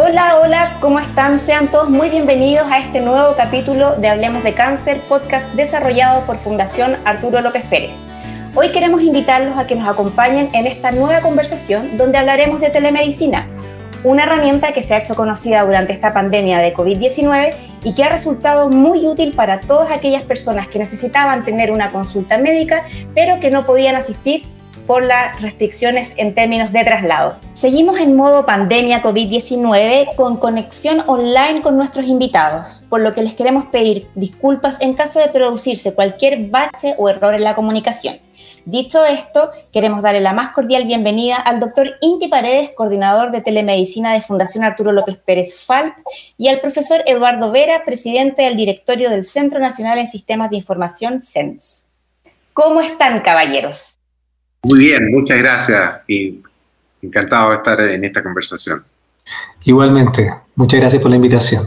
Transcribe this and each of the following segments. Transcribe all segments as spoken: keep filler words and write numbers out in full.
Hola, hola, ¿cómo están? Sean todos muy bienvenidos a este nuevo capítulo de Hablemos de Cáncer, podcast desarrollado por Fundación Arturo López Pérez. Hoy queremos invitarlos a que nos acompañen en esta nueva conversación donde hablaremos de telemedicina, una herramienta que se ha hecho conocida durante esta pandemia de covid diecinueve y que ha resultado muy útil para todas aquellas personas que necesitaban tener una consulta médica, pero que no podían asistir por las restricciones en términos de traslado. Seguimos en modo pandemia covid diecinueve con conexión online con nuestros invitados, por lo que les queremos pedir disculpas en caso de producirse cualquier bache o error en la comunicación. Dicho esto, queremos darle la más cordial bienvenida al doctor Inti Paredes, coordinador de telemedicina de Fundación Arturo López Pérez F A L P, y al profesor Eduardo Vera, presidente del directorio del Centro Nacional en Sistemas de Información, C E N S. ¿Cómo están, caballeros? Muy bien, muchas gracias y encantado de estar en esta conversación. Igualmente, muchas gracias por la invitación.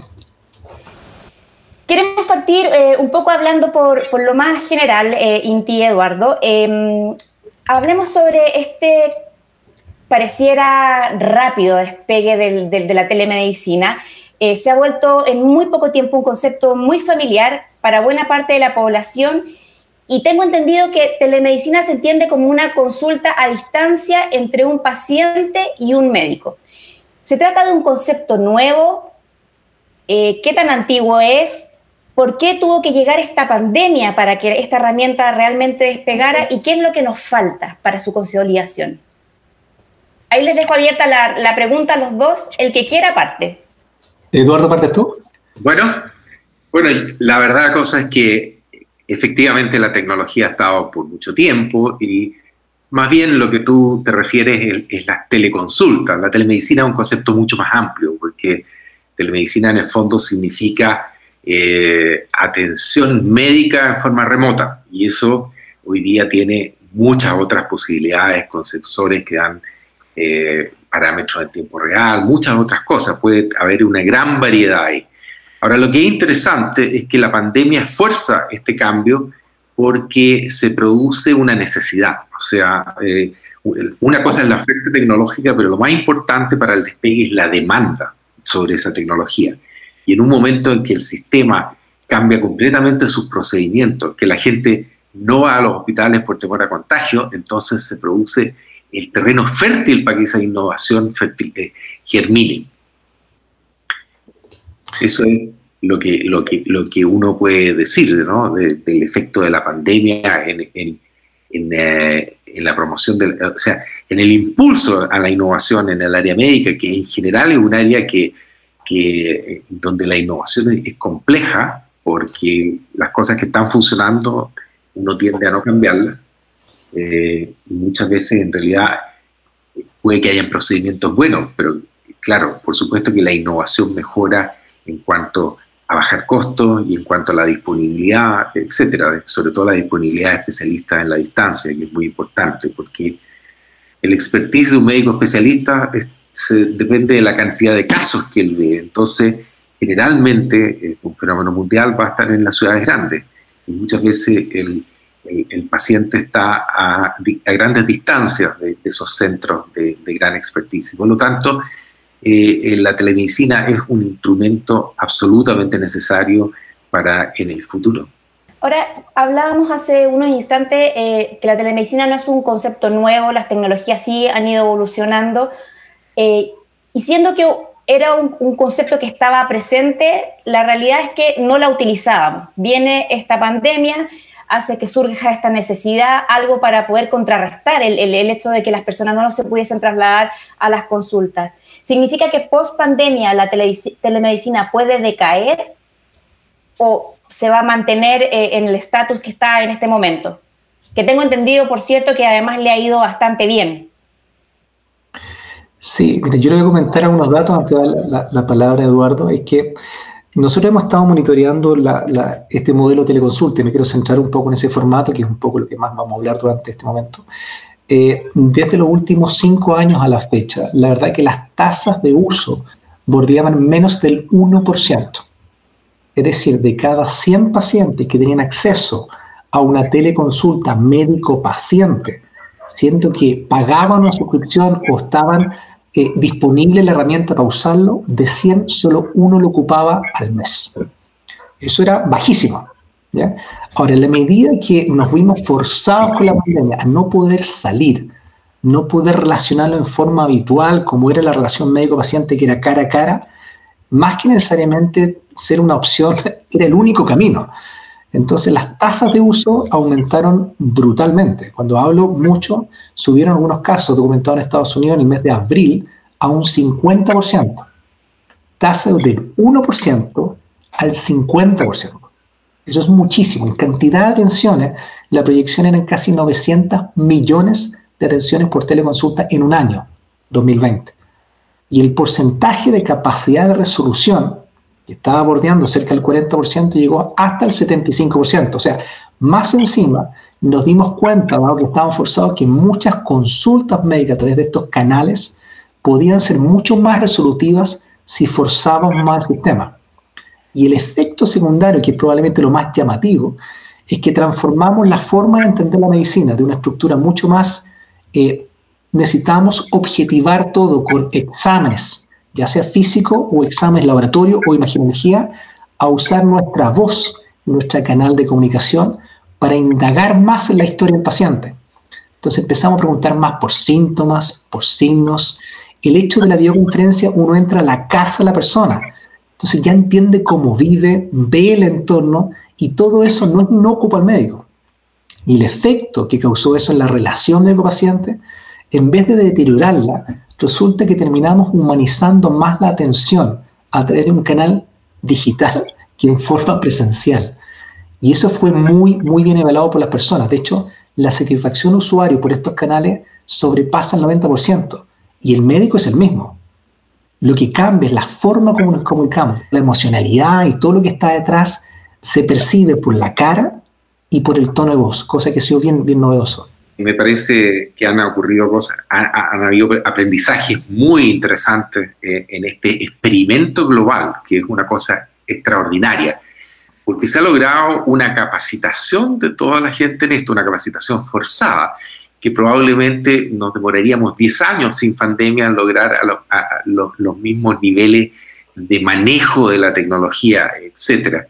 Queremos partir eh, un poco hablando por, por lo más general, eh, Inti y Eduardo. Eh, hablemos sobre este, pareciera rápido despegue del, del, de la telemedicina. Eh, se ha vuelto en muy poco tiempo un concepto muy familiar para buena parte de la población y tengo entendido que telemedicina se entiende como una consulta a distancia entre un paciente y un médico. ¿Se trata de un concepto nuevo? Eh, ¿Qué tan antiguo es? ¿Por qué tuvo que llegar esta pandemia para que esta herramienta realmente despegara? ¿Y qué es lo que nos falta para su consolidación? Ahí les dejo abierta la, la pregunta a los dos. El que quiera parte. Eduardo, ¿partes tú? Bueno, bueno, la verdad la cosa es que efectivamente la tecnología ha estado por mucho tiempo y más bien lo que tú te refieres es, es la teleconsulta. La telemedicina es un concepto mucho más amplio porque telemedicina en el fondo significa eh, atención médica en forma remota y eso hoy día tiene muchas otras posibilidades con sensores que dan eh, parámetros en tiempo real, muchas otras cosas, puede haber una gran variedad ahí. Ahora lo que es interesante es que la pandemia fuerza este cambio porque se produce una necesidad, o sea, eh, una cosa es la oferta tecnológica, pero lo más importante para el despegue es la demanda sobre esa tecnología. Y en un momento en que el sistema cambia completamente sus procedimientos, que la gente no va a los hospitales por temor a contagio, entonces se produce el terreno fértil para que esa innovación fértil, eh, germine. Eso es lo que, lo que, lo que uno puede decir, ¿no? de, del efecto de la pandemia en, en, en, eh, en la promoción, del, o sea, en el impulso a la innovación en el área médica, que en general es un área que, que, donde la innovación es, es compleja, porque las cosas que están funcionando uno tiende a no cambiarlas. Eh, muchas veces en realidad puede que hayan procedimientos buenos, pero claro, por supuesto que la innovación mejora en cuanto a bajar costos y en cuanto a la disponibilidad, etcétera, sobre todo la disponibilidad de especialistas en la distancia, que es muy importante, porque el expertise de un médico especialista es, se, depende de la cantidad de casos que él ve. Entonces, generalmente, eh, un fenómeno mundial va a estar en las ciudades grandes, y muchas veces el, el, el paciente está a, a grandes distancias de, de esos centros de, de gran expertise. Por lo tanto, Eh, la telemedicina es un instrumento absolutamente necesario para en el futuro. Ahora, hablábamos hace unos instantes eh, que la telemedicina no es un concepto nuevo, las tecnologías sí han ido evolucionando, eh, y siendo que era un, un concepto que estaba presente, la realidad es que no la utilizábamos. Viene esta pandemia, hace que surja esta necesidad, algo para poder contrarrestar el, el, el hecho de que las personas no se pudiesen trasladar a las consultas. ¿Significa que post pandemia la tele, telemedicina puede decaer o se va a mantener eh, en el estatus que está en este momento? Que tengo entendido, por cierto, que además le ha ido bastante bien. Sí, mire, yo le voy a comentar algunos datos antes de dar la, la, la palabra a Eduardo. Es que nosotros hemos estado monitoreando la, la, este modelo de teleconsulta y me quiero centrar un poco en ese formato, que es un poco lo que más vamos a hablar durante este momento. Eh, desde los últimos cinco años a la fecha, la verdad es que las tasas de uso bordeaban menos del uno por ciento. Es decir, de cada cien pacientes que tenían acceso a una teleconsulta médico-paciente, siendo que pagaban una suscripción o estaban eh, disponible la herramienta para usarlo, de cien solo uno lo ocupaba al mes. Eso era bajísimo, ¿ya? Ahora, en la medida que nos vimos forzados con la pandemia a no poder salir, no poder relacionarlo en forma habitual, como era la relación médico-paciente, que era cara a cara, más que necesariamente ser una opción, era el único camino. Entonces, las tasas de uso aumentaron brutalmente. Cuando hablo mucho, subieron algunos casos documentados en Estados Unidos en el mes de abril a un cincuenta por ciento. Tasa del uno por ciento al cincuenta por ciento. Eso es muchísimo. En cantidad de atenciones, la proyección eran casi novecientos millones de atenciones por teleconsulta en un año, dos mil veinte. Y el porcentaje de capacidad de resolución, que estaba bordeando cerca del cuarenta por ciento, llegó hasta el setenta y cinco por ciento. O sea, más encima nos dimos cuenta, dado que estábamos forzados, que muchas consultas médicas a través de estos canales podían ser mucho más resolutivas si forzábamos más el sistema. Y el efecto secundario, que es probablemente lo más llamativo, es que transformamos la forma de entender la medicina de una estructura mucho más... Eh, necesitamos objetivar todo con exámenes, ya sea físico o exámenes laboratorio o imagenología, a usar nuestra voz, nuestro canal de comunicación, para indagar más en la historia del paciente. Entonces empezamos a preguntar más por síntomas, por signos. El hecho de la videoconferencia, uno entra a la casa de la persona, entonces ya entiende cómo vive, ve el entorno, y todo eso no es inocuo al médico. Y el efecto que causó eso en la relación médico-paciente, en vez de deteriorarla, resulta que terminamos humanizando más la atención a través de un canal digital que en forma presencial. Y eso fue muy, muy bien evaluado por las personas. De hecho, la satisfacción usuario por estos canales sobrepasa el noventa por ciento. Y el médico es el mismo. Lo que cambia es la forma como nos comunicamos. La emocionalidad y todo lo que está detrás se percibe por la cara y por el tono de voz, cosa que ha sido bien, bien novedoso. Me parece que han ocurrido cosas, han, han habido aprendizajes muy interesantes eh, en este experimento global, que es una cosa extraordinaria, porque se ha logrado una capacitación de toda la gente en esto, una capacitación forzada, que probablemente nos demoraríamos diez años sin pandemia en lograr a lo, a los, los mismos niveles de manejo de la tecnología, etcétera.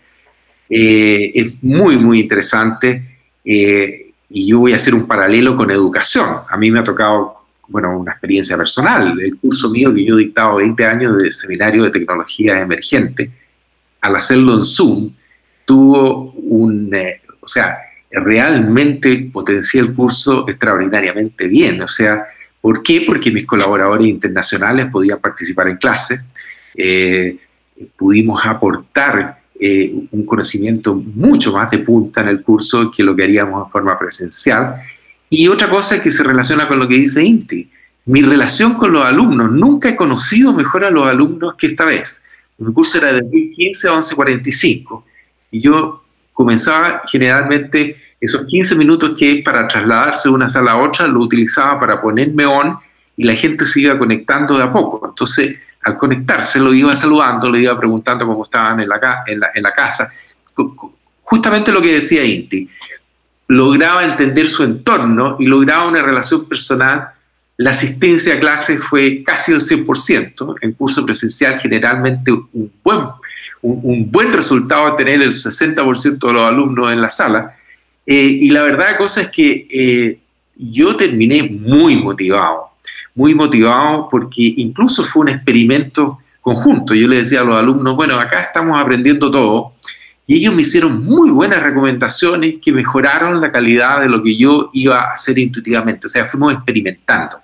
Eh, es muy, muy interesante. Eh, Y yo voy a hacer un paralelo con educación. A mí me ha tocado, bueno, una experiencia personal. El curso mío que yo he dictado veinte años de seminario de tecnología emergente, al hacerlo en Zoom, tuvo un, eh, o sea, realmente potencié el curso extraordinariamente bien. O sea, ¿por qué? Porque mis colaboradores internacionales podían participar en clases, eh, pudimos aportar Eh, un conocimiento mucho más de punta en el curso que lo que haríamos en forma presencial. Y otra cosa que se relaciona con lo que dice Inti, mi relación con los alumnos, nunca he conocido mejor a los alumnos que esta vez. Mi curso era de dos mil quince a once cuarenta y cinco, y yo comenzaba generalmente esos quince minutos que es para trasladarse de una sala a otra, lo utilizaba para ponerme on, y la gente se iba conectando de a poco. Entonces, al conectarse, lo iba saludando, le iba preguntando cómo estaban en la, en la, en la casa. Justamente lo que decía Inti. Lograba entender su entorno y lograba una relación personal. La asistencia a clases fue casi el cien por ciento. En curso presencial, generalmente un buen, un, un buen resultado de tener el sesenta por ciento de los alumnos en la sala. Eh, y la verdad la cosa es que eh, yo terminé muy motivado. muy motivado porque incluso fue un experimento conjunto. Yo le decía a los alumnos, bueno, acá estamos aprendiendo todo, y ellos me hicieron muy buenas recomendaciones que mejoraron la calidad de lo que yo iba a hacer intuitivamente. O sea, fuimos experimentando.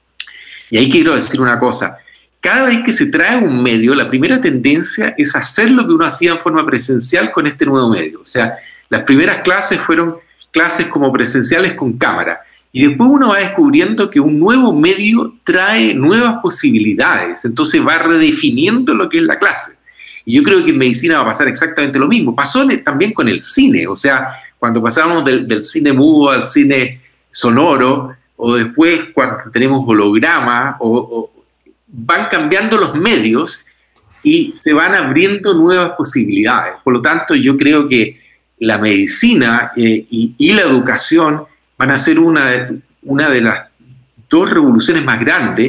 Y ahí quiero decir una cosa, cada vez que se trae un medio, la primera tendencia es hacer lo que uno hacía en forma presencial con este nuevo medio. O sea, las primeras clases fueron clases como presenciales con cámara. Y después uno va descubriendo que un nuevo medio trae nuevas posibilidades, entonces va redefiniendo lo que es la clase. Y yo creo que en medicina va a pasar exactamente lo mismo. Pasó también con el cine, o sea, cuando pasamos del, del cine mudo al cine sonoro, o después cuando tenemos holograma, o, o van cambiando los medios y se van abriendo nuevas posibilidades. Por lo tanto, yo creo que la medicina eh, y, y la educación van a ser una de, una de las dos revoluciones más grandes,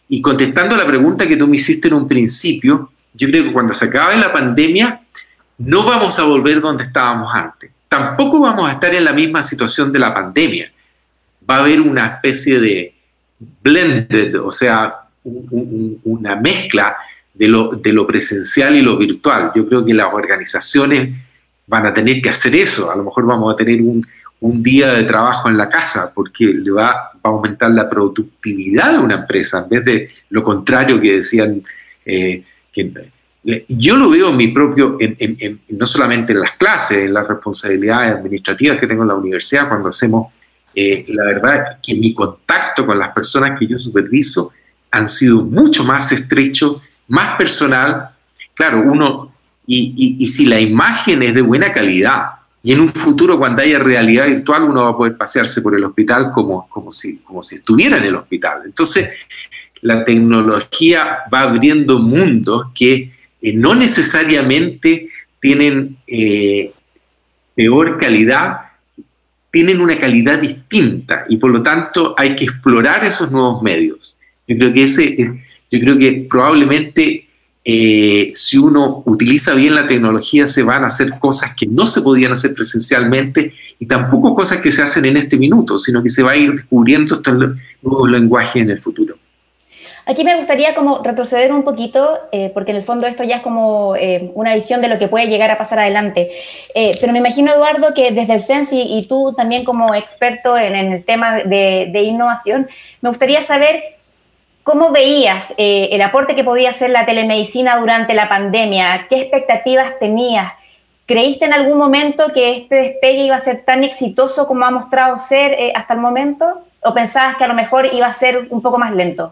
y contestando a la pregunta que tú me hiciste en un principio, yo creo que cuando se acabe la pandemia no vamos a volver donde estábamos antes. Tampoco vamos a estar en la misma situación de la pandemia. Va a haber una especie de blended, o sea, un, un, una mezcla de lo, de lo presencial y lo virtual. Yo creo que las organizaciones van a tener que hacer eso. A lo mejor vamos a tener un, un día de trabajo en la casa porque le va, va a aumentar la productividad de una empresa, en vez de lo contrario que decían. Eh, que, yo lo veo en mi propio, en, en, en, no solamente en las clases, en las responsabilidades administrativas que tengo en la universidad, cuando hacemos, eh, la verdad que mi contacto con las personas que yo superviso han sido mucho más estrechos, más personal. Claro, uno, y, y, y si la imagen es de buena calidad, y en un futuro cuando haya realidad virtual uno va a poder pasearse por el hospital como, como, si, como si estuviera en el hospital. Entonces, la tecnología va abriendo mundos que eh, no necesariamente tienen eh, peor calidad, tienen una calidad distinta y por lo tanto hay que explorar esos nuevos medios. Yo creo que, ese, yo creo que probablemente eh, si uno utiliza bien la tecnología se van a hacer cosas que no se podían hacer presencialmente y tampoco cosas que se hacen en este minuto, sino que se va a ir descubriendo estos nuevos lenguajes en el futuro. Aquí me gustaría como retroceder un poquito, eh, porque en el fondo esto ya es como eh, una visión de lo que puede llegar a pasar adelante. Eh, pero me imagino, Eduardo, que desde el C E N S y, y tú también como experto en, en el tema de, de innovación, me gustaría saber cómo veías eh, el aporte que podía hacer la telemedicina durante la pandemia, qué expectativas tenías. ¿Creíste en algún momento que este despegue iba a ser tan exitoso como ha mostrado ser eh, hasta el momento? ¿O pensabas que a lo mejor iba a ser un poco más lento?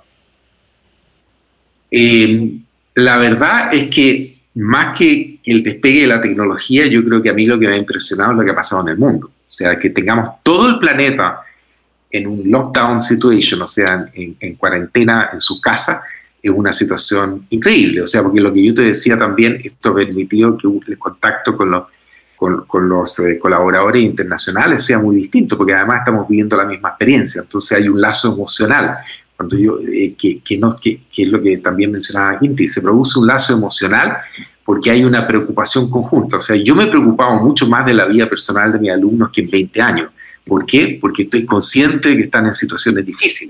Eh, la verdad es que más que el despegue de la tecnología, yo creo que a mí lo que me ha impresionado es lo que ha pasado en el mundo. O sea, que tengamos todo el planeta en un lockdown situation, o sea, en, en cuarentena en su casa, es una situación increíble. O sea, porque lo que yo te decía también, esto ha permitido que el contacto con los, con, con los eh, colaboradores internacionales sea muy distinto, porque además estamos viviendo la misma experiencia. Entonces hay un lazo emocional. Cuando yo, eh, que, que, no, que, que es lo que también mencionaba Quinti, se produce un lazo emocional porque hay una preocupación conjunta. O sea, yo me he preocupado mucho más de la vida personal de mis alumnos que en veinte años. ¿Por qué? Porque estoy consciente de que están en situaciones difíciles.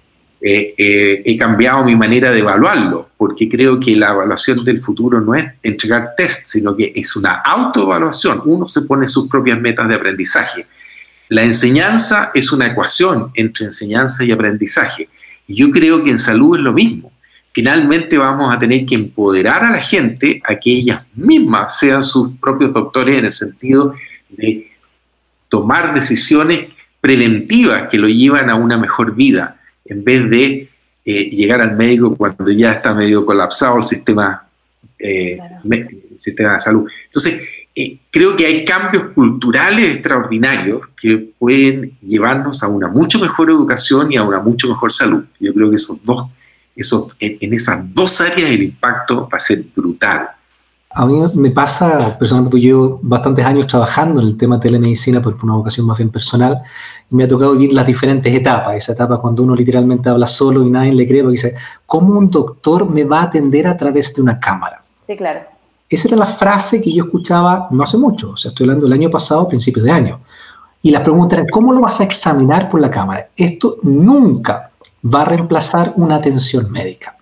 Eh, eh, he cambiado mi manera de evaluarlo, porque creo que la evaluación del futuro no es entregar test, sino que es una autoevaluación. Uno se pone sus propias metas de aprendizaje. La enseñanza es una ecuación entre enseñanza y aprendizaje. Y yo creo que en salud es lo mismo. Finalmente vamos a tener que empoderar a la gente a que ellas mismas sean sus propios doctores en el sentido de tomar decisiones preventivas que lo llevan a una mejor vida, en vez de eh, llegar al médico cuando ya está medio colapsado el sistema, eh, claro. me, el sistema de salud. Entonces, eh, creo que hay cambios culturales extraordinarios que pueden llevarnos a una mucho mejor educación y a una mucho mejor salud. Yo creo que esos dos, esos, en, en esas dos áreas el impacto va a ser brutal. A mí me pasa, personalmente, porque llevo bastantes años trabajando en el tema de telemedicina por una vocación más bien personal, y me ha tocado vivir las diferentes etapas. Esa etapa cuando uno literalmente habla solo y nadie le cree, porque dice, ¿cómo un doctor me va a atender a través de una cámara? Sí, claro. Esa era la frase que yo escuchaba no hace mucho, o sea, estoy hablando del año pasado, principios de año. Y las preguntas eran, ¿cómo lo vas a examinar por la cámara? Esto nunca va a reemplazar una atención médica.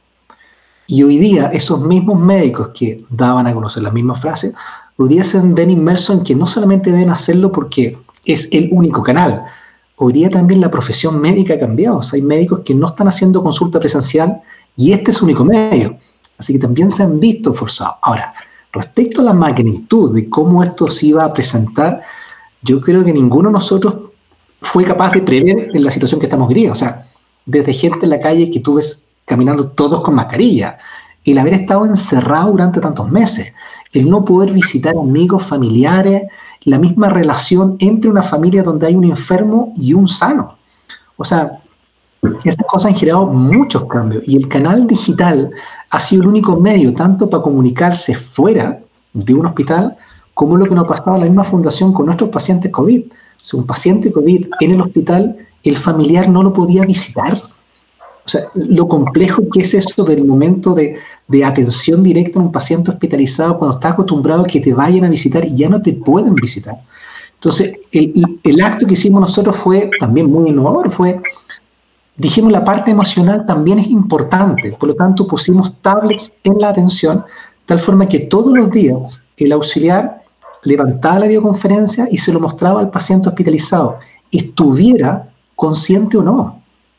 Y hoy día, esos mismos médicos que daban a conocer las mismas frases, hoy día se ven inmersos en que no solamente deben hacerlo porque es el único canal, hoy día también la profesión médica ha cambiado. O sea, hay médicos que no están haciendo consulta presencial y este es su único medio. Así que también se han visto forzados. Ahora, respecto a la magnitud de cómo esto se iba a presentar, yo creo que ninguno de nosotros fue capaz de prever en la situación que estamos viviendo. O sea, desde gente en la calle que tú ves caminando todos con mascarilla, el haber estado encerrado durante tantos meses, el no poder visitar amigos, familiares, la misma relación entre una familia donde hay un enfermo y un sano. O sea, estas cosas han generado muchos cambios y el canal digital ha sido el único medio tanto para comunicarse fuera de un hospital como lo que nos ha pasado en la misma fundación con nuestros pacientes COVID. O sea, un paciente COVID en el hospital, el familiar no lo podía visitar. O O sea, lo complejo que es eso del momento de, de atención directa a un paciente hospitalizado cuando está acostumbrado a que te vayan a visitar y ya no te pueden visitar. Entonces, el, el acto que hicimos nosotros fue también muy innovador, fue, dijimos, la parte emocional también es importante, por lo tanto pusimos tablets en la atención, tal forma que todos los días el auxiliar levantaba la videoconferencia y se lo mostraba al paciente hospitalizado, estuviera consciente o no.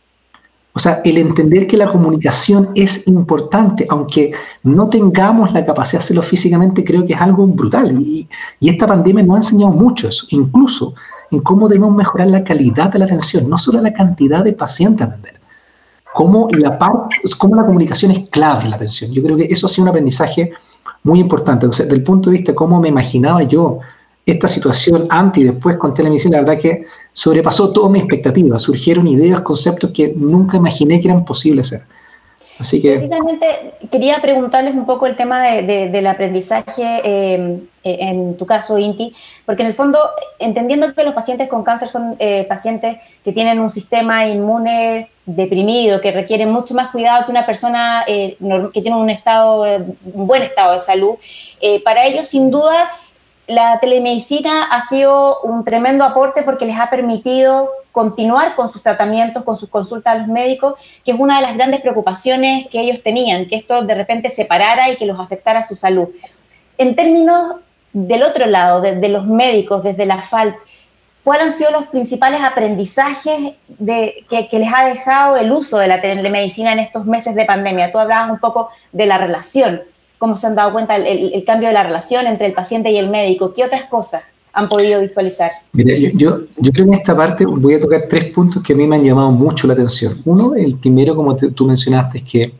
O sea, el entender que la comunicación es importante, aunque no tengamos la capacidad de hacerlo físicamente, creo que es algo brutal. Y, y esta pandemia nos ha enseñado mucho eso, incluso en cómo debemos mejorar la calidad de la atención, no solo la cantidad de pacientes a atender, cómo la, parte, cómo la comunicación es clave en la atención. Yo creo que eso ha sido un aprendizaje muy importante. Entonces, desde el punto de vista de cómo me imaginaba yo esta situación antes y después con telemedicina, la verdad que sobrepasó todas mis expectativas. Surgieron ideas, conceptos que nunca imaginé que eran posibles ser. Así que... Precisamente quería preguntarles un poco el tema de, de, del aprendizaje, eh, en tu caso, Inti, porque en el fondo, entendiendo que los pacientes con cáncer son eh, pacientes que tienen un sistema inmune deprimido, que requieren mucho más cuidado que una persona eh, que tiene un, estado, un buen estado de salud, eh, para ellos, sin duda, la telemedicina ha sido un tremendo aporte porque les ha permitido continuar con sus tratamientos, con sus consultas a los médicos, que es una de las grandes preocupaciones que ellos tenían, que esto de repente se parara y que los afectara a su salud. En términos del otro lado, de, de los médicos, desde la F A L P, ¿cuáles han sido los principales aprendizajes de, que, que les ha dejado el uso de la telemedicina en estos meses de pandemia? Tú hablabas un poco de la relación, cómo se han dado cuenta el, el, el cambio de la relación entre el paciente y el médico. ¿Qué otras cosas han podido visualizar? Mira, yo, yo, yo creo que en esta parte voy a tocar tres puntos que a mí me han llamado mucho la atención. Uno, el primero, como te, tú mencionaste, es que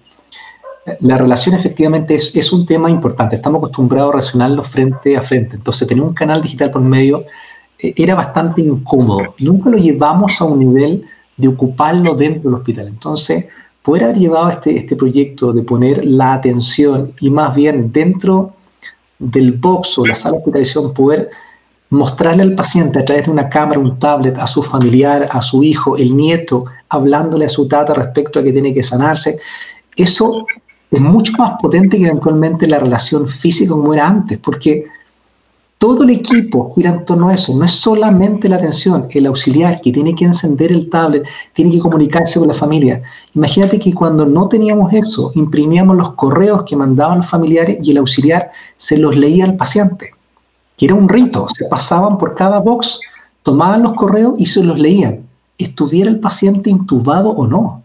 la relación efectivamente es, es un tema importante. Estamos acostumbrados a relacionarlo frente a frente. Entonces, tener un canal digital por medio eh, era bastante incómodo. Nunca lo llevamos a un nivel de ocuparlo dentro del hospital. Entonces, poder haber llevado este, este proyecto de poner la atención y más bien dentro del box o la sala de hospitalización poder mostrarle al paciente a través de una cámara, un tablet, a su familiar, a su hijo, el nieto, hablándole a su tata respecto a que tiene que sanarse, eso es mucho más potente que eventualmente la relación física como era antes, porque todo el equipo gira en torno a eso, no es solamente la atención, el auxiliar que tiene que encender el tablet, tiene que comunicarse con la familia. Imagínate que cuando no teníamos eso, imprimíamos los correos que mandaban los familiares y el auxiliar se los leía al paciente, que era un rito, se pasaban por cada box, tomaban los correos y se los leían, estuviera el paciente intubado o no.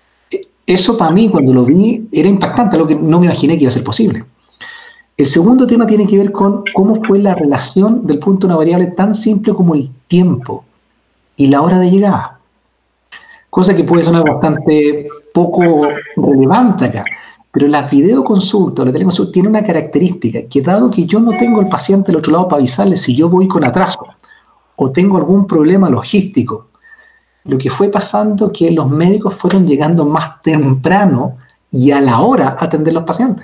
Eso para mí, cuando lo vi, era impactante, algo que no me imaginé que iba a ser posible. El segundo tema tiene que ver con cómo fue la relación del punto de una variable tan simple como el tiempo y la hora de llegada. Cosa que puede sonar bastante poco relevante acá, pero las videoconsultas, la teleconsulta, tiene una característica, que dado que yo no tengo el paciente al otro lado para avisarle si yo voy con atraso o tengo algún problema logístico, lo que fue pasando es que los médicos fueron llegando más temprano y a la hora a atender a los pacientes.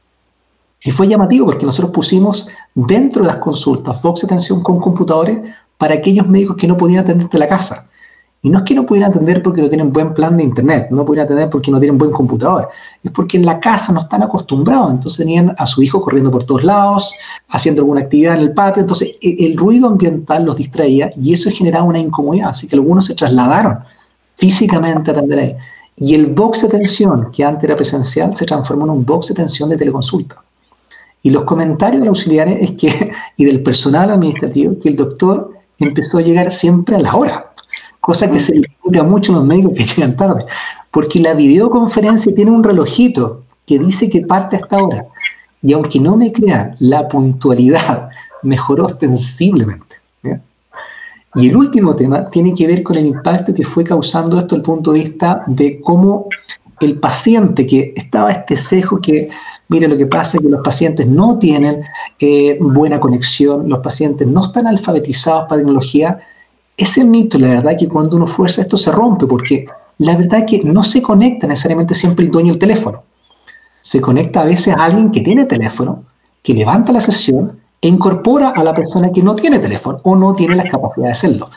Y fue llamativo porque nosotros pusimos dentro de las consultas box de atención con computadores para aquellos médicos que no podían atender de la casa. Y no es que no pudieran atender porque no tienen buen plan de internet, no pudieran atender porque no tienen buen computador, es porque en la casa no están acostumbrados, entonces tenían a su hijo corriendo por todos lados, haciendo alguna actividad en el patio, entonces el ruido ambiental los distraía y eso generaba una incomodidad, así que algunos se trasladaron físicamente a atender ahí. Y el box de atención, que antes era presencial, se transformó en un box de atención de teleconsulta. Y los comentarios de los auxiliares es que, y del personal administrativo, que el doctor empezó a llegar siempre a la hora, cosa que se le explica mucho a los médicos que llegan tarde, porque la videoconferencia tiene un relojito que dice que parte a esta hora, y aunque no me crean, la puntualidad mejoró ostensiblemente, ¿ya? Y el último tema tiene que ver con el impacto que fue causando esto desde el punto de vista de cómo el paciente, que estaba este sesgo que, mire, lo que pasa es que los pacientes no tienen eh, buena conexión, los pacientes no están alfabetizados para tecnología. Ese mito, la verdad, que cuando uno fuerza esto se rompe, porque la verdad es que no se conecta necesariamente siempre el dueño del teléfono. Se conecta a veces a alguien que tiene teléfono, que levanta la sesión e incorpora a la persona que no tiene teléfono o no tiene la capacidad de hacerlo.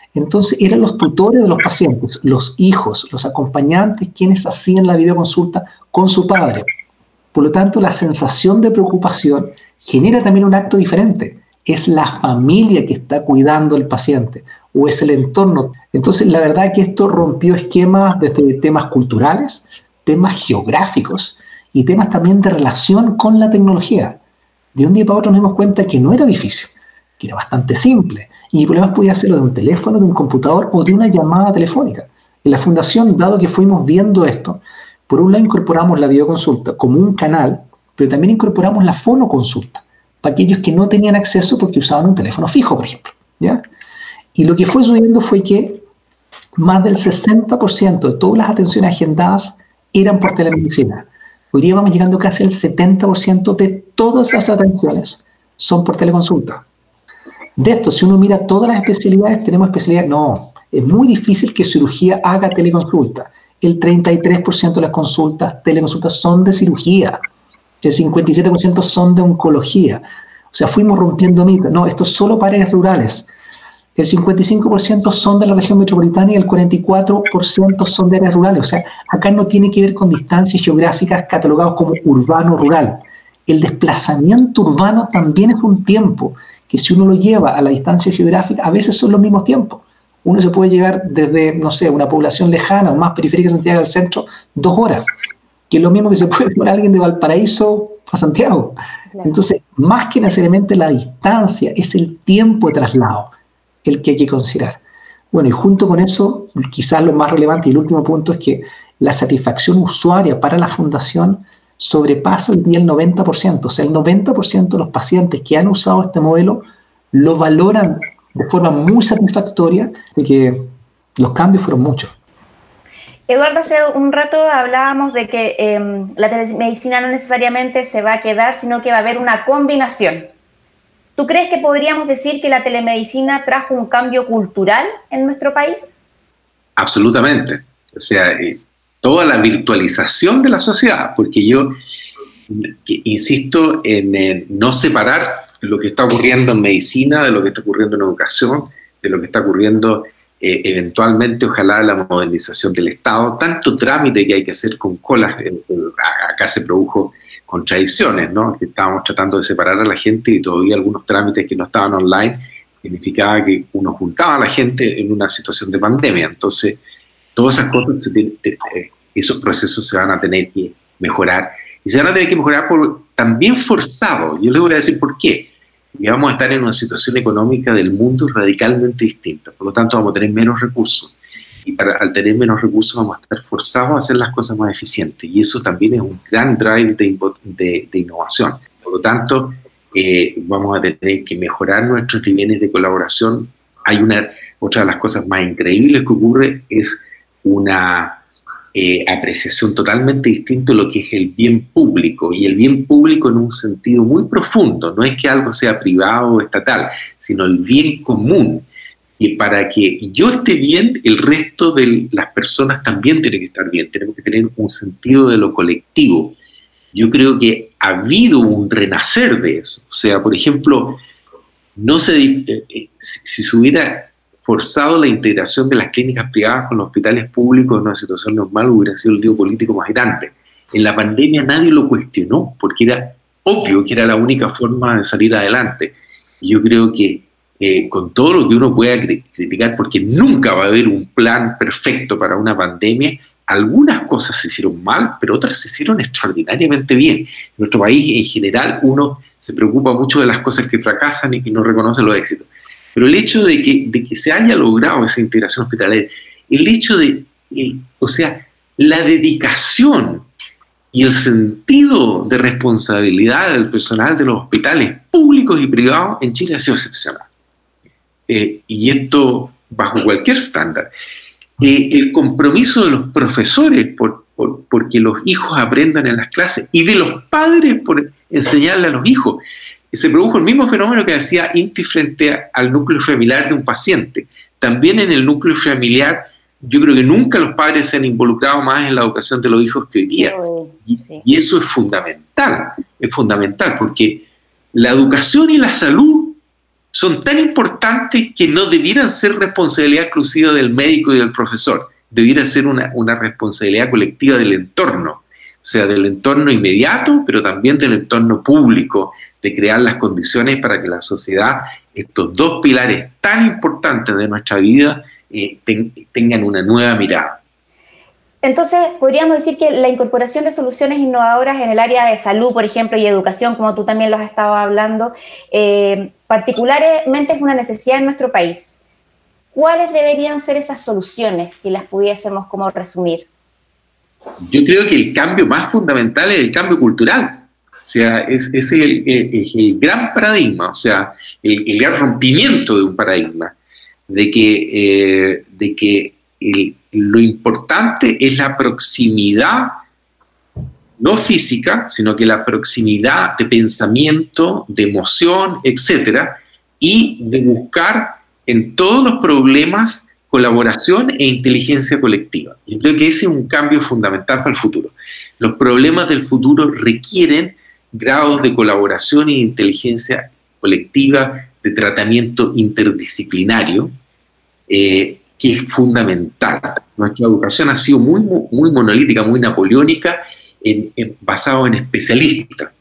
Entonces eran los tutores de los pacientes, los hijos, los acompañantes, quienes hacían la videoconsulta con su padre. Por lo tanto, la sensación de preocupación genera también un acto diferente. Es la familia que está cuidando al paciente o es el entorno. Entonces, la verdad es que esto rompió esquemas desde temas culturales, temas geográficos y temas también de relación con la tecnología. De un día para otro nos dimos cuenta que no era difícil, que era bastante simple. Y problemas podía hacerlo de un teléfono, de un computador o de una llamada telefónica. En la fundación, dado que fuimos viendo esto, por un lado incorporamos la videoconsulta como un canal, pero también incorporamos la fonoconsulta para aquellos que no tenían acceso porque usaban un teléfono fijo, por ejemplo, ¿ya? Y lo que fue sucediendo fue que más del sesenta por ciento de todas las atenciones agendadas eran por telemedicina. Hoy día vamos llegando casi al setenta por ciento de todas las atenciones son por teleconsulta. De esto, si uno mira todas las especialidades, tenemos especialidades, no, es muy difícil que cirugía haga teleconsulta. El treinta y tres por ciento de las consultas, teleconsultas, son de cirugía. El cincuenta y siete por ciento son de oncología. O sea, fuimos rompiendo mitos. No, esto es solo para áreas rurales. El cincuenta y cinco por ciento son de la región metropolitana y el cuarenta y cuatro por ciento son de áreas rurales. O sea, acá no tiene que ver con distancias geográficas catalogadas como urbano-rural. El desplazamiento urbano también es un tiempo que si uno lo lleva a la distancia geográfica, a veces son los mismos tiempos. Uno se puede llevar desde, no sé, una población lejana o más periférica de Santiago al centro, dos horas, que es lo mismo que se puede llevar a alguien de Valparaíso a Santiago. Claro. Entonces, más que necesariamente la distancia, es el tiempo de traslado el que hay que considerar. Bueno, y junto con eso, quizás lo más relevante y el último punto es que la satisfacción usuaria para la fundación sobrepasa el día el noventa por ciento. O sea, el noventa por ciento de los pacientes que han usado este modelo lo valoran de forma muy satisfactoria, de que los cambios fueron muchos. Eduardo, hace un rato hablábamos de que eh, la telemedicina no necesariamente se va a quedar, sino que va a haber una combinación. ¿Tú crees que podríamos decir que la telemedicina trajo un cambio cultural en nuestro país? Absolutamente. O sea, eh, toda la virtualización de la sociedad, porque yo insisto en, en no separar lo que está ocurriendo en medicina de lo que está ocurriendo en educación, de lo que está ocurriendo eh, eventualmente, ojalá, la modernización del Estado. Tanto trámite que hay que hacer con colas, eh, eh, acá se produjo contradicciones, ¿no? Que estábamos tratando de separar a la gente y todavía algunos trámites que no estaban online significaba que uno juntaba a la gente en una situación de pandemia. Entonces, todas esas cosas, se tiene, esos procesos se van a tener que mejorar. Y se van a tener que mejorar por, también forzado. Yo les voy a decir por qué. Y vamos a estar en una situación económica del mundo radicalmente distinta. Por lo tanto, vamos a tener menos recursos. Y para, al tener menos recursos vamos a estar forzados a hacer las cosas más eficientes. Y eso también es un gran drive de, de, de innovación. Por lo tanto, eh, vamos a tener que mejorar nuestros niveles de colaboración. Hay una, otra de las cosas más increíbles que ocurre es una eh, apreciación totalmente distinta de lo que es el bien público, y el bien público en un sentido muy profundo. No es que algo sea privado o estatal, sino el bien común. Y para que yo esté bien, el resto de las personas también tiene que estar bien. Tenemos que tener un sentido de lo colectivo. Yo creo que ha habido un renacer de eso. O sea, por ejemplo, no se, eh, eh, si, si se hubiera forzado la integración de las clínicas privadas con los hospitales públicos en una situación normal, hubiera sido el lío político más grande. En la pandemia nadie lo cuestionó, porque era obvio que era la única forma de salir adelante. Y yo creo que Eh, con todo lo que uno pueda cri- criticar, porque nunca va a haber un plan perfecto para una pandemia, algunas cosas se hicieron mal, pero otras se hicieron extraordinariamente bien. En nuestro país, en general, uno se preocupa mucho de las cosas que fracasan y que no reconoce los éxitos. Pero el hecho de que, de que se haya logrado esa integración hospitalaria, el hecho de, eh, o sea, la dedicación y el sentido de responsabilidad del personal de los hospitales públicos y privados en Chile ha sido excepcional. Eh, y esto bajo cualquier estándar. Eh, el compromiso de los profesores por, por, porque los hijos aprendan en las clases, y de los padres por enseñarle a los hijos. Se produjo el mismo fenómeno que hacía INTI frente a, al núcleo familiar de un paciente. También en el núcleo familiar, yo creo que nunca los padres se han involucrado más en la educación de los hijos que hoy día. Y, sí. y eso es fundamental, es fundamental, porque la educación y la salud son tan importantes que no debieran ser responsabilidad exclusiva del médico y del profesor, debiera ser una, una responsabilidad colectiva del entorno, o sea, del entorno inmediato, pero también del entorno público, de crear las condiciones para que la sociedad, estos dos pilares tan importantes de nuestra vida, eh, ten, tengan una nueva mirada. Entonces, podríamos decir que la incorporación de soluciones innovadoras en el área de salud, por ejemplo, y educación, como tú también lo has estado hablando, eh, particularmente es una necesidad en nuestro país. ¿Cuáles deberían ser esas soluciones, si las pudiésemos como resumir? Yo creo que el cambio más fundamental es el cambio cultural. O sea, es, es el, el, el gran paradigma, o sea, el, el gran rompimiento de un paradigma, de que, eh, de que el, lo importante es la proximidad, no física, sino que la proximidad de pensamiento, de emoción, etcétera, y de buscar en todos los problemas colaboración e inteligencia colectiva. Yo creo que ese es un cambio fundamental para el futuro. Los problemas del futuro requieren grados de colaboración e inteligencia colectiva, de tratamiento interdisciplinario, eh, que es fundamental. Nuestra educación ha sido muy, muy monolítica, muy napoleónica, en, en, basado en especialistas.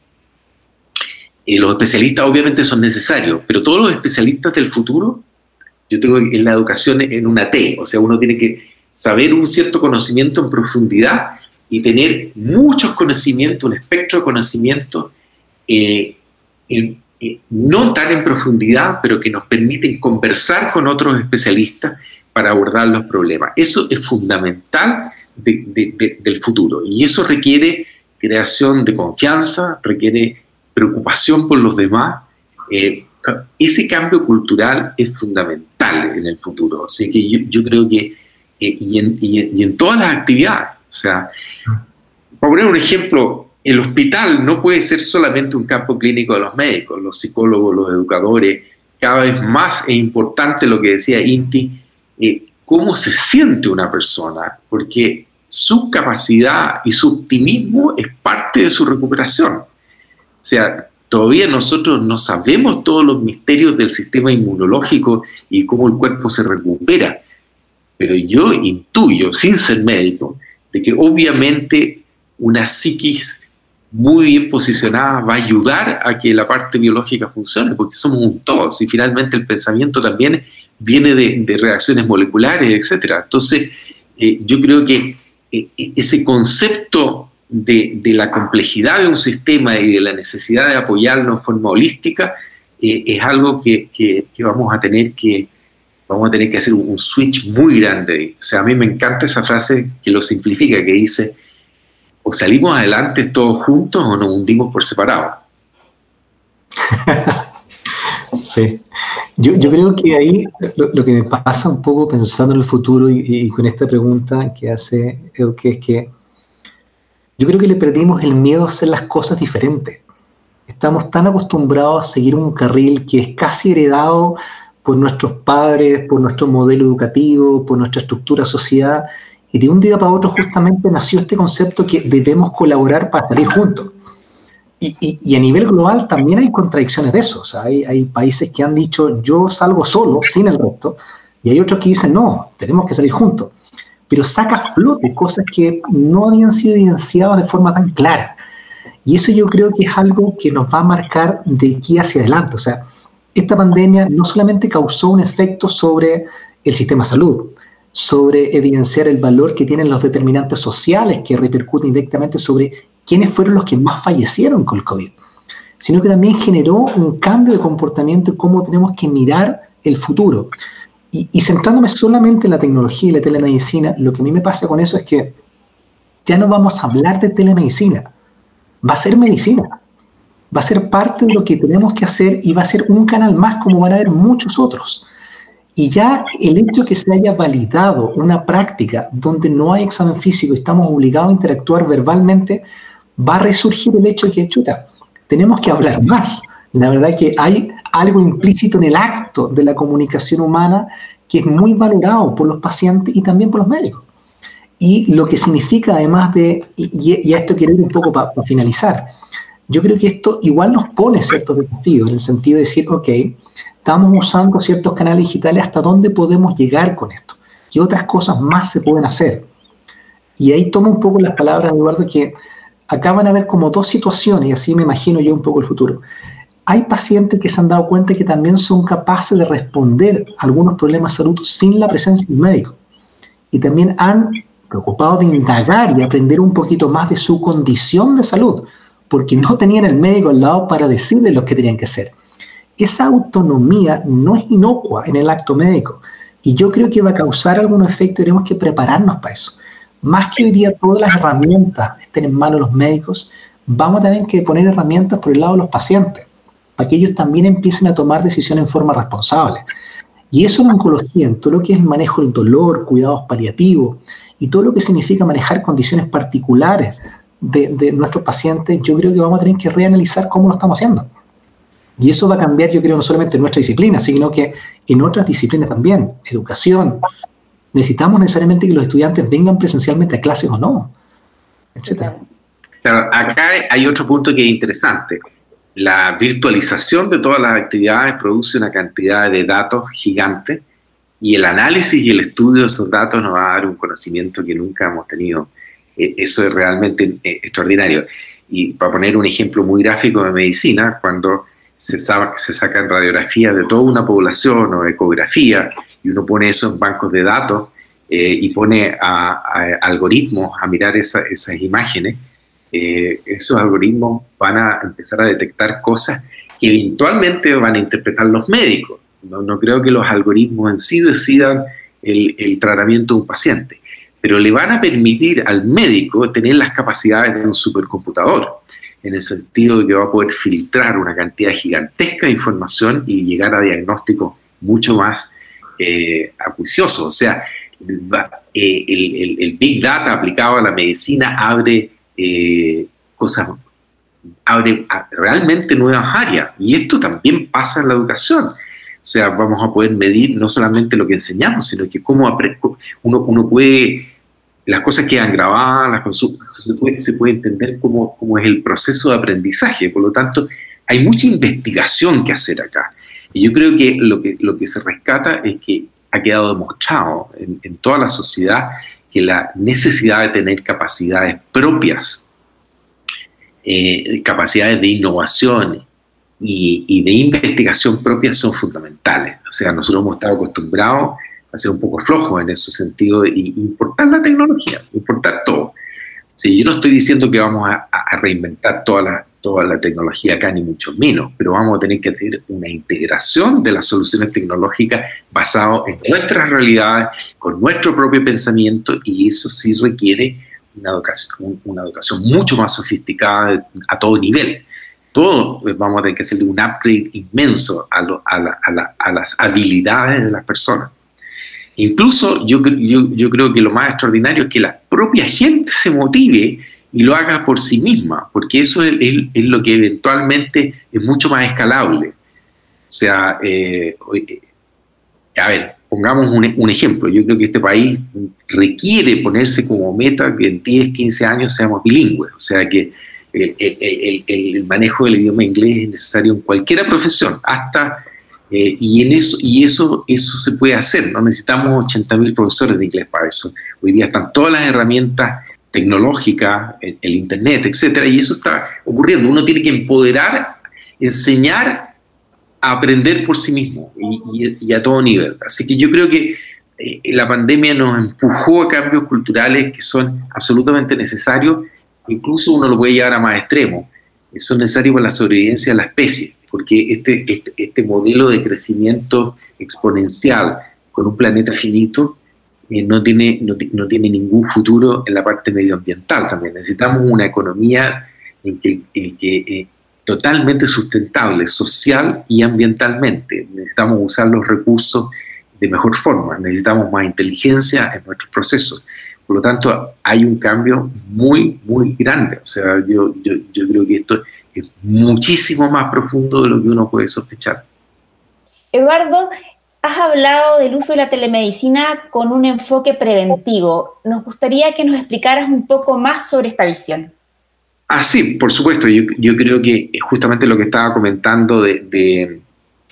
Eh, los especialistas obviamente son necesarios, pero todos los especialistas del futuro, yo tengo en la educación en una T, o sea, uno tiene que saber un cierto conocimiento en profundidad y tener muchos conocimientos, un espectro de conocimiento, eh, en, eh, no tan en profundidad, pero que nos permiten conversar con otros especialistas para abordar los problemas. Eso es fundamental de, de, de, del futuro, y eso requiere creación de confianza, requiere preocupación por los demás. Eh, ese cambio cultural es fundamental en el futuro, así que yo, yo creo que, eh, y, en, y, en, y en todas las actividades, o sea, para poner un ejemplo, el hospital no puede ser solamente un campo clínico de los médicos, los psicólogos, los educadores, cada vez más es importante lo que decía Inti, eh, cómo se siente una persona, porque su capacidad y su optimismo es parte de su recuperación. O sea, todavía nosotros no sabemos todos los misterios del sistema inmunológico y cómo el cuerpo se recupera, pero yo intuyo, sin ser médico, de que obviamente una psiquis muy bien posicionada va a ayudar a que la parte biológica funcione, porque somos un todo, y finalmente el pensamiento también viene de, de reacciones moleculares, etcétera. Entonces, eh, yo creo que eh, ese concepto de, de la complejidad de un sistema y de la necesidad de apoyarlo en forma holística eh, es algo que, que, que vamos a tener que vamos a tener que hacer un switch muy grande. O sea, a mí me encanta esa frase que lo simplifica, que dice: o salimos adelante todos juntos o nos hundimos por separado. Sí. Yo, yo creo que ahí lo, lo que me pasa un poco pensando en el futuro y, y con esta pregunta que hace Euque es que yo creo que le perdimos el miedo a hacer las cosas diferentes. Estamos tan acostumbrados a seguir un carril que es casi heredado por nuestros padres, por nuestro modelo educativo, por nuestra estructura social, y de un día para otro justamente nació este concepto que debemos colaborar para salir juntos. Y, y, y a nivel global también hay contradicciones de eso. O sea, hay, hay países que han dicho yo salgo solo, sin el resto, y hay otros que dicen no, tenemos que salir juntos. Pero saca a flote cosas que no habían sido evidenciadas de forma tan clara. Y eso yo creo que es algo que nos va a marcar de aquí hacia adelante. O sea, esta pandemia no solamente causó un efecto sobre el sistema de salud, sobre evidenciar el valor que tienen los determinantes sociales que repercuten directamente sobre quiénes fueron los que más fallecieron con el COVID, sino que también generó un cambio de comportamiento en cómo tenemos que mirar el futuro. Y, y centrándome solamente en la tecnología y la telemedicina, lo que a mí me pasa con eso es que ya no vamos a hablar de telemedicina, va a ser medicina, va a ser parte de lo que tenemos que hacer y va a ser un canal más como van a haber muchos otros. Y ya el hecho de que se haya validado una práctica donde no hay examen físico y estamos obligados a interactuar verbalmente, va a resurgir el hecho de que, chuta, tenemos que hablar más. La verdad que hay algo implícito en el acto de la comunicación humana que es muy valorado por los pacientes y también por los médicos. Y lo que significa además de, y, y a esto quiero ir un poco para pa finalizar, yo creo que esto igual nos pone ciertos desafíos en el sentido de decir, ok, estamos usando ciertos canales digitales, ¿hasta dónde podemos llegar con esto? ¿Qué otras cosas más se pueden hacer? Y ahí tomo un poco las palabras de Eduardo, que acá van a haber como dos situaciones, y así me imagino yo un poco el futuro. Hay pacientes que se han dado cuenta que también son capaces de responder a algunos problemas de salud sin la presencia de un médico. Y también han preocupado de indagar y aprender un poquito más de su condición de salud, porque no tenían el médico al lado para decirles lo que tenían que hacer. Esa autonomía no es inocua en el acto médico, y yo creo que va a causar algunos efectos y tenemos que prepararnos para eso. Más que hoy día todas las herramientas estén en manos de los médicos, vamos también que poner herramientas por el lado de los pacientes, para que ellos también empiecen a tomar decisiones en forma responsable. Y eso en oncología, en todo lo que es el manejo del dolor, cuidados paliativos, y todo lo que significa manejar condiciones particulares de, de nuestros pacientes, yo creo que vamos a tener que reanalizar cómo lo estamos haciendo. Y eso va a cambiar, yo creo, no solamente en nuestra disciplina, sino que en otras disciplinas también, educación. Necesitamos necesariamente que los estudiantes vengan presencialmente a clases o no, etcétera. Claro, acá hay otro punto que es interesante. La virtualización de todas las actividades produce una cantidad de datos gigante, y el análisis y el estudio de esos datos nos va a dar un conocimiento que nunca hemos tenido. Eso es realmente extraordinario. Y para poner un ejemplo muy gráfico de medicina, cuando se, sabe, se sacan radiografías de toda una población o ecografía, y uno pone eso en bancos de datos eh, y pone a, a algoritmos a mirar esa, esas imágenes, eh, esos algoritmos van a empezar a detectar cosas que eventualmente van a interpretar los médicos. No, no creo que los algoritmos en sí decidan el, el tratamiento de un paciente, pero le van a permitir al médico tener las capacidades de un supercomputador, en el sentido de que va a poder filtrar una cantidad gigantesca de información y llegar a diagnósticos mucho más eh, acuiciosos. O sea, eh, el, el, el Big Data aplicado a la medicina abre eh, cosas, abre realmente nuevas áreas, y esto también pasa en la educación. O sea, vamos a poder medir no solamente lo que enseñamos, sino que cómo uno, uno puede, las cosas quedan grabadas, las consultas, se puede, se puede entender cómo, cómo es el proceso de aprendizaje. Por lo tanto, hay mucha investigación que hacer acá. Y yo creo que lo que, lo que se rescata es que ha quedado demostrado en, en toda la sociedad que la necesidad de tener capacidades propias, eh, capacidades de innovación, Y, y de investigación propia son fundamentales. O sea, nosotros hemos estado acostumbrados a ser un poco flojos en ese sentido, y importar la tecnología, importar todo. Sí, yo no estoy diciendo que vamos a, a reinventar toda la, toda la tecnología acá, ni mucho menos, pero vamos a tener que hacer una integración de las soluciones tecnológicas basado en nuestras realidades, con nuestro propio pensamiento, y eso sí requiere una educación, una educación mucho más sofisticada a todo nivel. Todos vamos a tener que hacerle un upgrade inmenso a, lo, a, la, a, la, a las habilidades de las personas. Incluso yo, yo, yo creo que lo más extraordinario es que la propia gente se motive y lo haga por sí misma, porque eso es, es, es lo que eventualmente es mucho más escalable. O sea, eh, a ver, pongamos un, un ejemplo. Yo creo que este país requiere ponerse como meta que en diez, quince años seamos bilingües. O sea, que El, el, el, el manejo del idioma inglés es necesario en cualquier profesión, hasta, eh, y, en eso, y eso, eso se puede hacer. No necesitamos ochenta mil profesores de inglés para eso. Hoy día están todas las herramientas tecnológicas, el, el internet, etcétera, y eso está ocurriendo. Uno tiene que empoderar, enseñar a aprender por sí mismo, y, y, y a todo nivel. Así que yo creo que eh, la pandemia nos empujó a cambios culturales que son absolutamente necesarios. Incluso uno lo puede llevar a más extremos. Eso es necesario para la sobrevivencia de la especie, porque este, este, este modelo de crecimiento exponencial con un planeta finito eh, no, tiene, no, no tiene ningún futuro en la parte medioambiental también. Necesitamos una economía en que, en que, eh, totalmente sustentable, social y ambientalmente. Necesitamos usar los recursos de mejor forma, necesitamos más inteligencia en nuestros procesos. Por lo tanto, hay un cambio muy, muy grande. O sea, yo, yo, yo creo que esto es muchísimo más profundo de lo que uno puede sospechar. Eduardo, has hablado del uso de la telemedicina con un enfoque preventivo. Nos gustaría que nos explicaras un poco más sobre esta visión. Ah, sí, por supuesto. Yo, yo creo que justamente lo que estaba comentando de, de,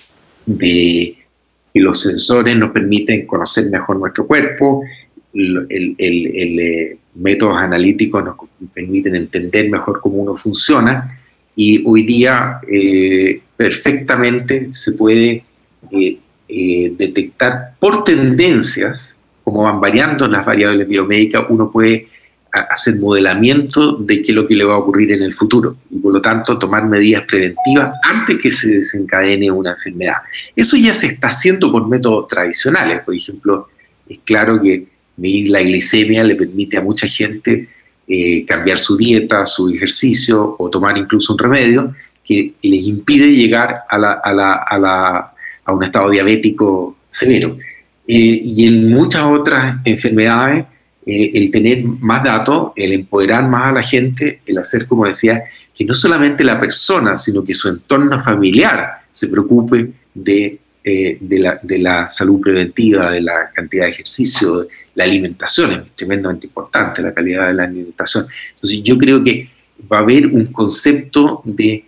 de que los sensores nos permiten conocer mejor nuestro cuerpo, el, el, el, el eh, métodos analíticos nos permiten entender mejor cómo uno funciona, y hoy día eh, perfectamente se puede eh, eh, detectar por tendencias, como van variando las variables biomédicas, uno puede hacer modelamiento de qué es lo que le va a ocurrir en el futuro y por lo tanto tomar medidas preventivas antes que se desencadene una enfermedad. Eso ya se está haciendo por métodos tradicionales. Por ejemplo, es claro que medir la glicemia le permite a mucha gente eh, cambiar su dieta, su ejercicio o tomar incluso un remedio que les impide llegar a, la, a, la, a, la, a un estado diabético severo. Eh, y en muchas otras enfermedades, Eh, el tener más datos, el empoderar más a la gente, el hacer, como decía, que no solamente la persona, sino que su entorno familiar se preocupe de, eh, de, la, de la salud preventiva, de la cantidad de ejercicio, de la alimentación, es tremendamente importante la calidad de la alimentación. Entonces yo creo que va a haber un concepto de,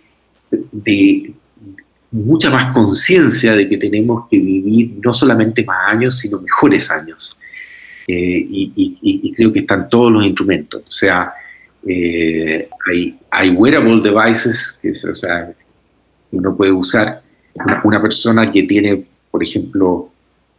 de mucha más conciencia de que tenemos que vivir no solamente más años, sino mejores años. Eh, y, y, y creo que están todos los instrumentos. O sea, eh, hay, hay wearable devices que o sea, uno puede usar. Una, una persona que tiene, por ejemplo,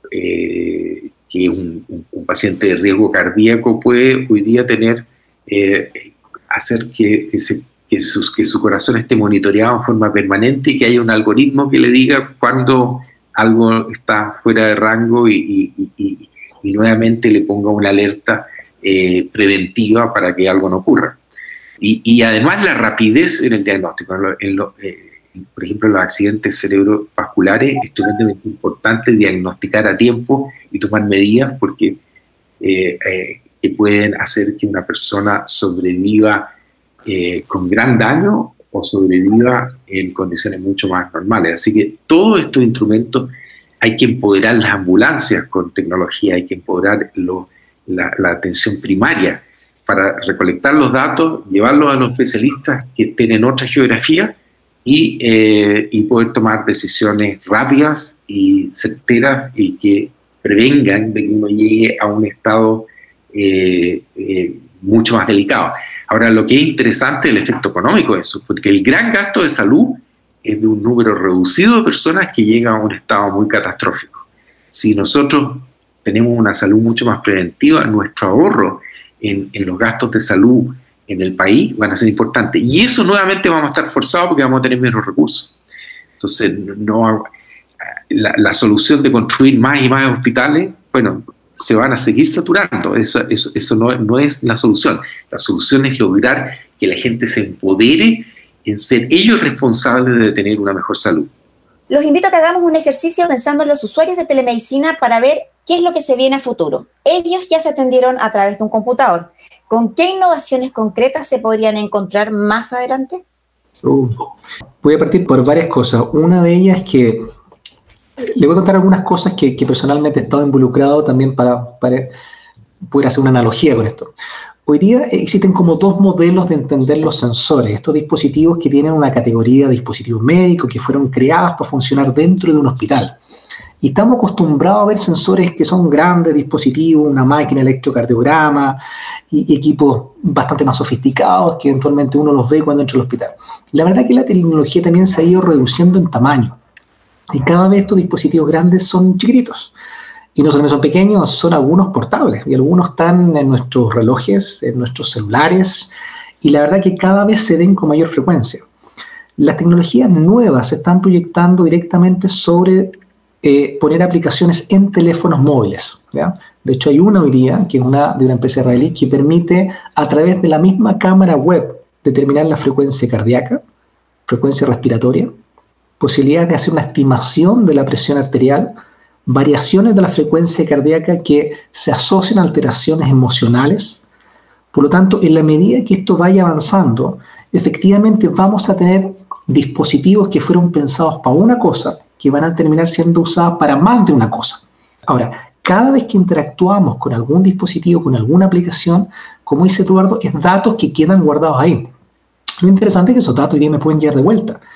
eh, que es un, un, un paciente de riesgo cardíaco puede hoy día tener, eh, hacer que, que, se, que, sus, que su corazón esté monitoreado en forma permanente y que haya un algoritmo que le diga cuando algo está fuera de rango y, y, y, y y nuevamente le ponga una alerta eh, preventiva para que algo no ocurra. Y, y además la rapidez en el diagnóstico. En lo, en lo, eh, por ejemplo, en los accidentes cerebrovasculares es tremendamente importante diagnosticar a tiempo y tomar medidas porque eh, eh, que pueden hacer que una persona sobreviva eh, con gran daño o sobreviva en condiciones mucho más normales. Así que todos estos instrumentos hay que empoderar las ambulancias con tecnología, hay que empoderar lo, la, la atención primaria para recolectar los datos, llevarlos a los especialistas que tienen otra geografía y, eh, y poder tomar decisiones rápidas y certeras y que prevengan de que uno llegue a un estado eh, eh, mucho más delicado. Ahora, lo que es interesante es el efecto económico de eso, porque el gran gasto de salud es de un número reducido de personas que llegan a un estado muy catastrófico. Si nosotros tenemos una salud mucho más preventiva, nuestro ahorro en, en los gastos de salud en el país van a ser importantes. Y eso nuevamente vamos a estar forzados porque vamos a tener menos recursos. Entonces, no, la, la solución de construir más y más hospitales, bueno, se van a seguir saturando. Eso, eso, eso no, no es la solución. La solución es lograr que la gente se empodere en ser ellos responsables de tener una mejor salud. Los invito a que hagamos un ejercicio pensando en los usuarios de telemedicina para ver qué es lo que se viene a futuro. Ellos ya se atendieron a través de un computador. ¿Con qué innovaciones concretas se podrían encontrar más adelante? Uh, voy a partir por varias cosas. Una de ellas es que le voy a contar algunas cosas que, que personalmente he estado involucrado también para, para poder hacer una analogía con esto. Hoy día existen como dos modelos de entender los sensores, estos dispositivos que tienen una categoría de dispositivos médicos que fueron creados para funcionar dentro de un hospital. Y estamos acostumbrados a ver sensores que son grandes dispositivos, una máquina electrocardiograma y, y equipos bastante más sofisticados que eventualmente uno los ve cuando entra al hospital. La verdad es que la tecnología también se ha ido reduciendo en tamaño y cada vez estos dispositivos grandes son chiquititos. Y no solamente son pequeños, son algunos portables y algunos están en nuestros relojes, en nuestros celulares y la verdad que cada vez se ven con mayor frecuencia. Las tecnologías nuevas se están proyectando directamente sobre eh, poner aplicaciones en teléfonos móviles, ¿ya? De hecho hay una hoy día, que es una de una empresa israelí, que permite a través de la misma cámara web determinar la frecuencia cardíaca, frecuencia respiratoria, posibilidades de hacer una estimación de la presión arterial, variaciones de la frecuencia cardíaca que se asocian a alteraciones emocionales. Por lo tanto, en la medida que esto vaya avanzando, efectivamente vamos a tener dispositivos que fueron pensados para una cosa, que van a terminar siendo usados para más de una cosa. Ahora, cada vez que interactuamos con algún dispositivo, con alguna aplicación, como dice Eduardo, es datos que quedan guardados ahí. Lo interesante es que esos datos hoy día me pueden llegar de vuelta.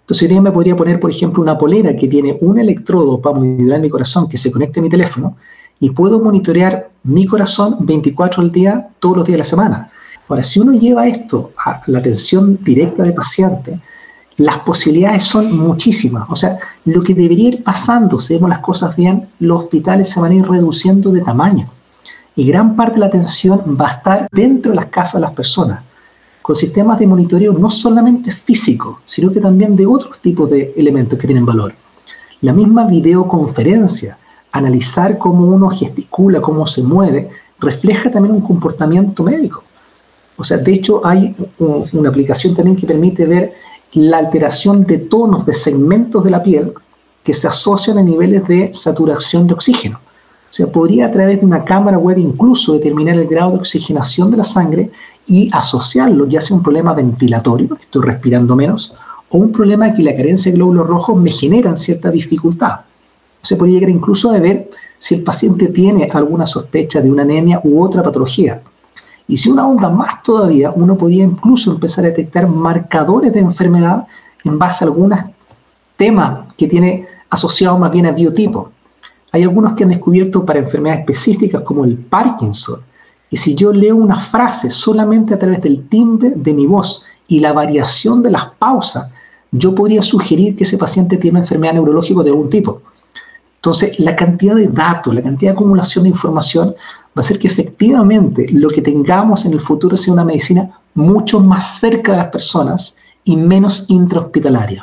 Entonces hoy día me podría poner, por ejemplo, una polera que tiene un electrodo para monitorear mi corazón que se conecte a mi teléfono y puedo monitorear mi corazón veinticuatro al día, todos los días de la semana. Ahora, si uno lleva esto a la atención directa de paciente, las posibilidades son muchísimas. O sea, lo que debería ir pasando, si vemos las cosas bien, los hospitales se van a ir reduciendo de tamaño. Y gran parte de la atención va a estar dentro de las casas de las personas, con sistemas de monitoreo no solamente físicos, sino que también de otros tipos de elementos que tienen valor. La misma videoconferencia, analizar cómo uno gesticula, cómo se mueve, refleja también un comportamiento médico. O sea, de hecho hay un, una aplicación también que permite ver la alteración de tonos de segmentos de la piel que se asocian a niveles de saturación de oxígeno. O sea, podría a través de una cámara web incluso determinar el grado de oxigenación de la sangre y asociarlo ya sea un problema ventilatorio, que estoy respirando menos, o un problema que la carencia de glóbulos rojos me generan cierta dificultad. Se podría llegar incluso a ver si el paciente tiene alguna sospecha de una anemia u otra patología. Y si uno ahonda más todavía, uno podría incluso empezar a detectar marcadores de enfermedad en base a algunos temas que tiene asociados más bien a biotipo. Hay algunos que han descubierto para enfermedades específicas como el Parkinson. Y si yo leo una frase solamente a través del timbre de mi voz y la variación de las pausas, yo podría sugerir que ese paciente tiene una enfermedad neurológica de algún tipo. Entonces, la cantidad de datos, la cantidad de acumulación de información va a hacer que efectivamente lo que tengamos en el futuro sea una medicina mucho más cerca de las personas y menos intrahospitalaria.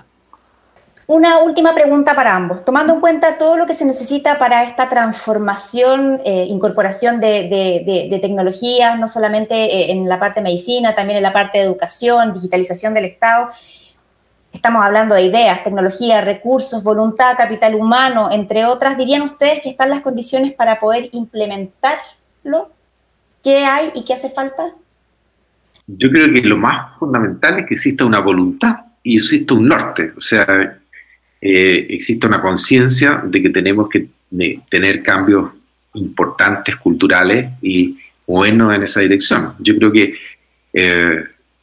Una última pregunta para ambos. Tomando en cuenta todo lo que se necesita para esta transformación, eh, incorporación de, de, de, de tecnologías, no solamente eh, en la parte de medicina, también en la parte de educación, digitalización del Estado. Estamos hablando de ideas, tecnología, recursos, voluntad, capital humano, entre otras. ¿Dirían ustedes que están las condiciones para poder implementarlo? ¿Qué hay y qué hace falta? Yo creo que lo más fundamental es que exista una voluntad y exista un norte. O sea, eh, existe una conciencia de que tenemos que de, tener cambios importantes, culturales, y movernos en esa dirección. Yo creo que eh,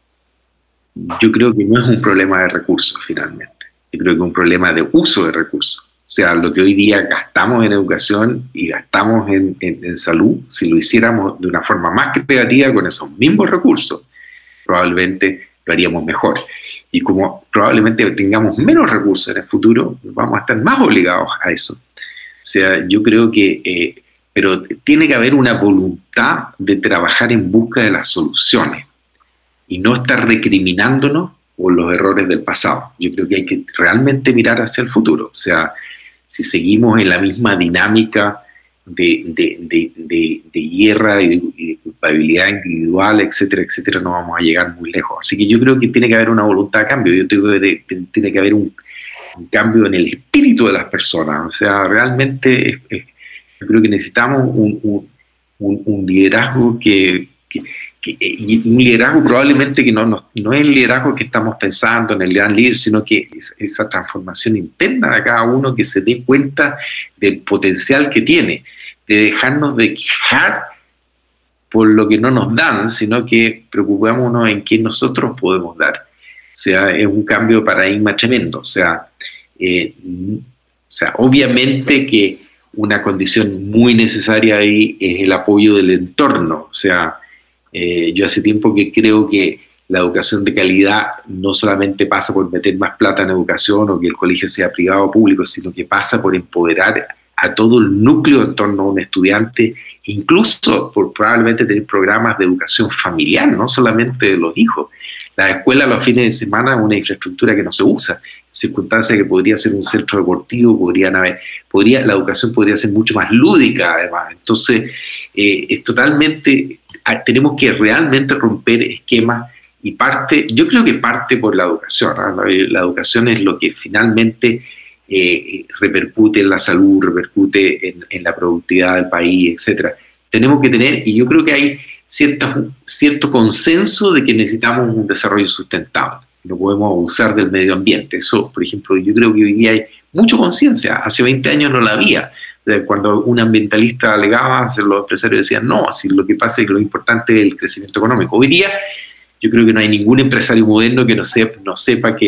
yo creo que no es un problema de recursos, finalmente. Yo creo que es un problema de uso de recursos. O sea, lo que hoy día gastamos en educación y gastamos en, en, en salud, si lo hiciéramos de una forma más creativa con esos mismos recursos, probablemente lo haríamos mejor. Y como probablemente tengamos menos recursos en el futuro, vamos a estar más obligados a eso. O sea, yo creo que, eh, pero tiene que haber una voluntad de trabajar en busca de las soluciones y no estar recriminándonos por los errores del pasado. Yo creo que hay que realmente mirar hacia el futuro. O sea, si seguimos en la misma dinámica de, de, de, de, de guerra y de, y de culpabilidad individual, etcétera, etcétera, no vamos a llegar muy lejos. Así que yo creo que tiene que haber una voluntad de cambio. Yo creo que de, tiene que haber un, un cambio en el espíritu de las personas. O sea, realmente es, es, yo creo que necesitamos un, un, un, un liderazgo que... que y un liderazgo probablemente que no, no, no es el liderazgo que estamos pensando en el gran líder, sino que es esa transformación interna de cada uno, que se dé cuenta del potencial que tiene, de dejarnos de quejar por lo que no nos dan, sino que preocupémonos en qué nosotros podemos dar. O sea, es un cambio de paradigma tremendo. O sea, eh, o sea, obviamente que una condición muy necesaria ahí es el apoyo del entorno. O sea, Eh, yo hace tiempo que creo que la educación de calidad no solamente pasa por meter más plata en educación o que el colegio sea privado o público, sino que pasa por empoderar a todo el núcleo en torno a un estudiante, incluso por probablemente tener programas de educación familiar, no solamente de los hijos. La escuela los fines de semana es una infraestructura que no se usa, circunstancia que podría ser un centro deportivo, podrían haber, podría, la educación podría ser mucho más lúdica además. Entonces, eh, es totalmente... tenemos que realmente romper esquemas y parte, yo creo que parte por la educación, ¿no? La, la educación es lo que finalmente eh, repercute en la salud, repercute en, en la productividad del país, etcétera. Tenemos que tener, y yo creo que hay cierto, cierto consenso de que necesitamos un desarrollo sustentable, no podemos abusar del medio ambiente. Eso, por ejemplo, yo creo que hoy día hay mucha conciencia, hace veinte años no la había. Cuando un ambientalista alegaba, los empresarios decían, no, así lo que pasa es que lo importante es el crecimiento económico. Hoy día yo creo que no hay ningún empresario moderno que no sepa, no sepa que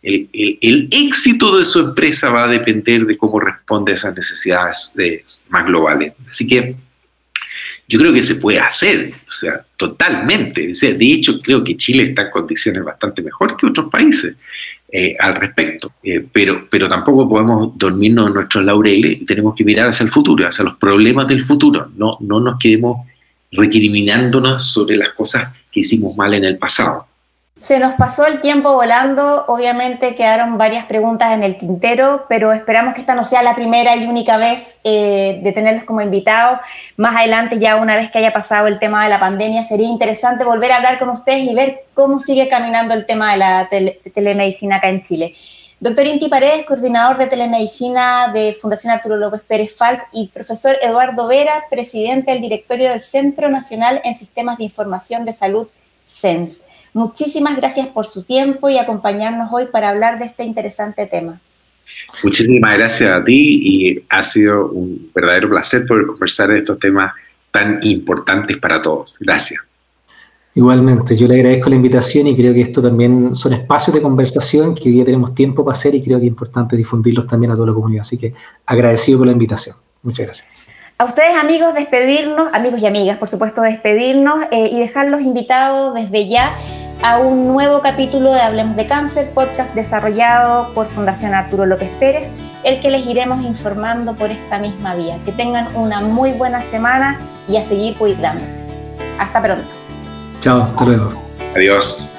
el, el, el éxito de su empresa va a depender de cómo responde a esas necesidades de, más globales. Así que yo creo que se puede hacer, o sea, totalmente. O sea, de hecho, creo que Chile está en condiciones bastante mejor que otros países eh, al respecto. Eh, pero, pero tampoco podemos dormirnos en nuestros laureles y tenemos que mirar hacia el futuro, hacia los problemas del futuro. No, no nos quedemos recriminándonos sobre las cosas que hicimos mal en el pasado. Se nos pasó el tiempo volando, obviamente quedaron varias preguntas en el tintero, pero esperamos que esta no sea la primera y única vez eh, de tenerlos como invitados. Más adelante, ya una vez que haya pasado el tema de la pandemia, sería interesante volver a hablar con ustedes y ver cómo sigue caminando el tema de la tele, telemedicina acá en Chile. Doctor Inti Paredes, coordinador de telemedicina de Fundación Arturo López Pérez Falck, y profesor Eduardo Vera, presidente del directorio del Centro Nacional en Sistemas de Información de Salud, C E N S. Muchísimas gracias por su tiempo y acompañarnos hoy para hablar de este interesante tema. Muchísimas gracias a ti y ha sido un verdadero placer poder conversar de estos temas tan importantes para todos. Gracias. Igualmente, yo le agradezco la invitación y creo que esto también son espacios de conversación que hoy día tenemos tiempo para hacer y creo que es importante difundirlos también a toda la comunidad. Así que agradecido por la invitación. Muchas gracias. A ustedes, amigos, despedirnos, amigos y amigas, por supuesto, despedirnos eh, y dejarlos invitados desde ya a un nuevo capítulo de Hablemos de Cáncer, podcast desarrollado por Fundación Arturo López Pérez, el que les iremos informando por esta misma vía. Que tengan una muy buena semana y a seguir cuidándose. Hasta pronto. Chao, hasta luego. Adiós.